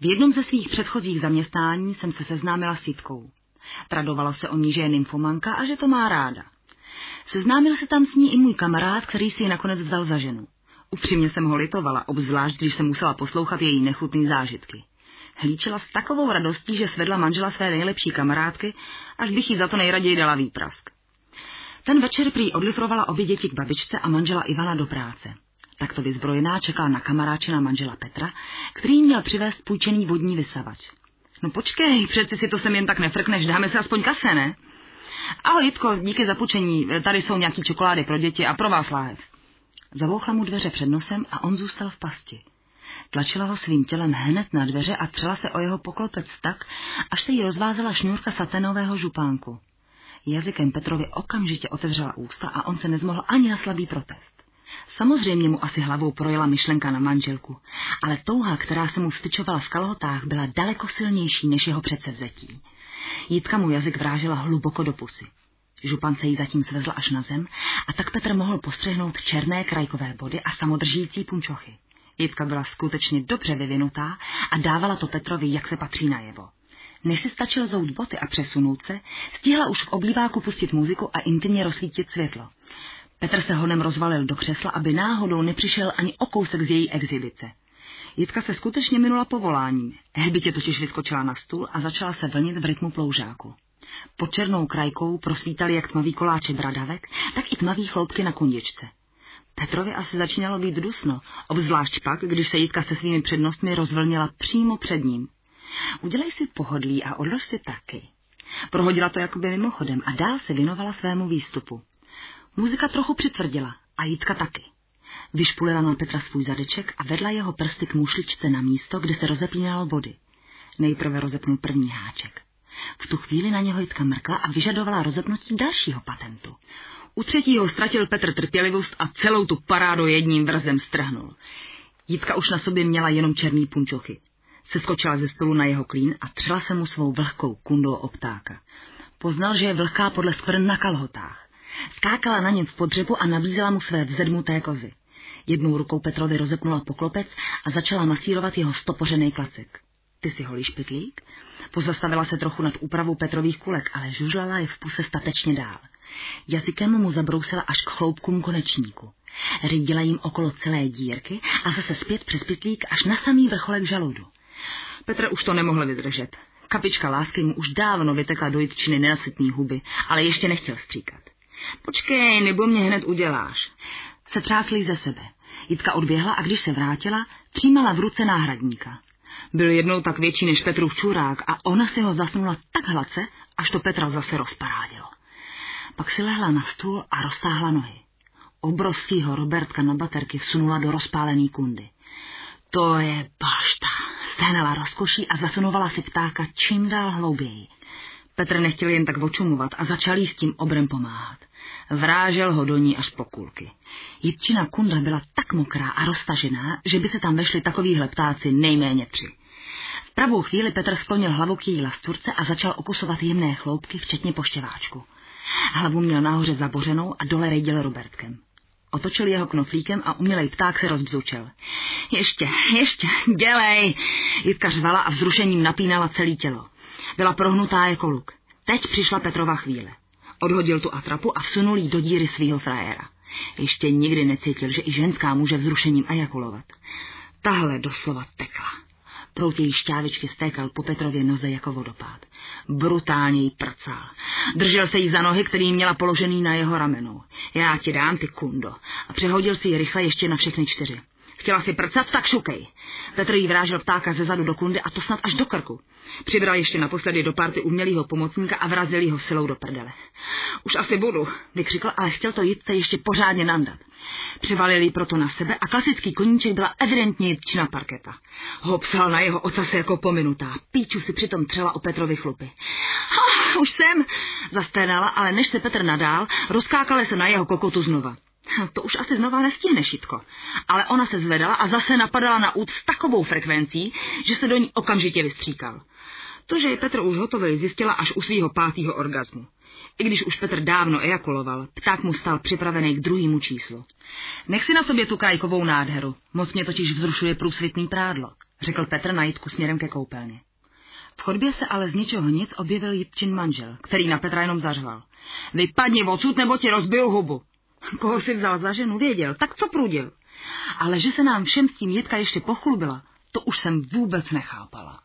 V jednom ze svých předchozích zaměstnání jsem se seznámila s Jitkou. Tradovalo se o ní, že je nymfomanka a že to má ráda. Seznámil se tam s ní i můj kamarád, který si ji nakonec vzal za ženu. Upřímně jsem ho litovala, obzvlášť když jsem musela poslouchat její nechutné zážitky. Hlíčila s takovou radostí, že svedla manžela své nejlepší kamarádky, až bych jí za to nejraději dala výprask. Ten večer prý odlifrovala obě děti k babičce a manžela Ivana do práce. Takto vyzbrojená čekala na kamaráčina manžela Petra, který měl přivést půjčený vodní vysavač. No počkej, přeci si to sem jen tak nefrkneš, dáme si aspoň kase, ne? Ahoj, Jitko, díky za půjčení, tady jsou nějaký čokolády pro děti a pro vás láhev. Zabouchla mu dveře před nosem a on zůstal v pasti. Tlačila ho svým tělem hned na dveře a třela se o jeho poklopec tak, až se jí rozvázela šňůrka saténového župánku. Jazykem Petrovi okamžitě otevřela ústa a on se nezmohl ani na slabý protest. Samozřejmě mu asi hlavou projela myšlenka na manželku, ale touha, která se mu vstyčovala v kalhotách, byla daleko silnější než jeho předsevzetí. Jitka mu jazyk vrážela hluboko do pusy. Župan se jí zatím svezl až na zem a tak Petr mohl postřehnout černé krajkové body a samodržící punčochy. Jitka byla skutečně dobře vyvinutá a dávala to Petrovi, jak se patří najevo. Než si stačil zout boty a přesunout se, stihla už v oblíváku pustit muziku a intimně rozsvítit světlo. Petr se honem rozvalil do křesla, aby náhodou nepřišel ani o kousek z její exhibice. Jitka se skutečně minula povoláním. Hbitě totiž vyskočila na stůl a začala se vlnit v rytmu ploužáku. Pod černou krajkou prosvítali jak tmavý koláče bradavek, tak i tmavý chloupky na kundičce. Petrovi asi začínalo být dusno, obzvlášť pak, když se Jitka se svými přednostmi rozvlnila přímo před ním. Udělej si pohodlí a odlož si taky. Prohodila to jakoby mimochodem a dál se věnovala svému výstupu. Muzika trochu přitvrdila a Jitka taky. Vyšpulila na Petra svůj zadeček a vedla jeho prsty k mušličce na místo, kde se rozepínalo body. Nejprve rozepnul první háček. V tu chvíli na něho Jitka mrkla a vyžadovala rozepnutí dalšího patentu. U třetího ztratil Petr trpělivost a celou tu parádu jedním vrzem strhnul. Jitka už na sobě měla jenom černý punčochy. Seskočila ze stolu na jeho klín a třela se mu svou vlhkou kundou o ptáka. Poznal, že je vlhká podle skvrn na kalhotách. Skákala na něm v podřepu a nabízela mu své vzedmuté kozy. Jednou rukou Petrovi rozepnula poklopec a začala masírovat jeho stopořený klacek. Ty si holíš, pytlík? Pozastavila se trochu nad úpravou Petrových kulek, ale žužlala je v puse statečně dál. Jazykem mu zabrousila až k chloupkům konečníku. Rydila jim okolo celé dírky a zase zpět přes pytlík až na samý vrcholek žaludu. Petr už to nemohl vydržet. Kapička lásky mu už dávno vytekla do Jitčiny nenasytný huby, ale ještě nechtěl stříkat. Počkej, nebo mě hned uděláš. Setřásl jí ze sebe. Jitka odběhla a když se vrátila, přijímala v ruce náhradníka. Byl jednou tak větší než Petrův čurák a ona si ho zasnula tak hladce, až to Petra zase rozparádilo. Pak si lehla na stůl a roztáhla nohy. Obrovskýho Robertka na baterky vsunula do rozpálený kundy. To je bašta, stehnala rozkoší a zasunovala si ptáka čím dál hlouběji. Petr nechtěl jen tak očumovat a začal jí s tím obrem pomáhat. Vrážel ho do ní až po kulky. Jitčina kunda byla tak mokrá a roztažená, že by se tam vešli takovýhle ptáci nejméně 3. V pravou chvíli Petr sklonil hlavu k její lasturce a začal okusovat jemné chloupky, včetně poštěváčku. Hlavu měl nahoře zabořenou a dole rejděl Robertkem. Otočil jeho knoflíkem a umělej pták se rozbzučel. Ještě, dělej! Jitka řvala a vzrušením napínala celé tělo. Byla prohnutá jako luk. Teď přišla Petrova chvíle. Odhodil tu atrapu a vsunul jí do díry svýho frajera. Ještě nikdy necítil, že i ženská může vzrušením ejakulovat. Tahle doslova tekla. Proud její šťávičky stékal po Petrově noze jako vodopád. Brutálně jí prcal. Držel se jí za nohy, který měla položený na jeho ramenou. Já ti dám, ty kundo. A přehodil si ji rychle ještě na všechny 4. Chtěla si prcat, tak šukej. Petr jí vrážel ptáka zezadu do kundy a to snad až do krku. Přibral ještě naposledy do party umělýho pomocníka a vrazil jí ho silou do prdele. Už asi budu, vykřikl, ale chtěl to Jitce ještě pořádně nandat. Přivalil jí proto na sebe a klasický koníček byla evidentně Jitčina parketa. Hopsal na jeho ocase jako pominutá. Píču si přitom třela o Petrovi chlupy. Už jsem, zasténala, ale než se Petr nadál, rozkákala se na jeho kokotu znova. To už asi znova nestihneš, Jitko. Ale ona se zvedala a zase napadala na út s takovou frekvencí, že se do ní okamžitě vystříkal. To, že je Petr už hotový, zjistila až u svýho 5. orgazmu. I když už Petr dávno ejakuloval, pták mu stál připravený k 2. číslu. Nech si na sobě tu krajkovou nádheru, moc mě totiž vzrušuje průsvitný prádlo, řekl Petr na Jitku směrem ke koupelně. V chodbě se ale z ničeho nic objevil Jitčin manžel, který na Petra jenom zařval. Vypadni odsud, nebo ti rozbiju hubu. Koho si vzal za ženu, věděl, tak co prudil. Ale že se nám všem s tím Jitka ještě pochlubila, to už jsem vůbec nechápala.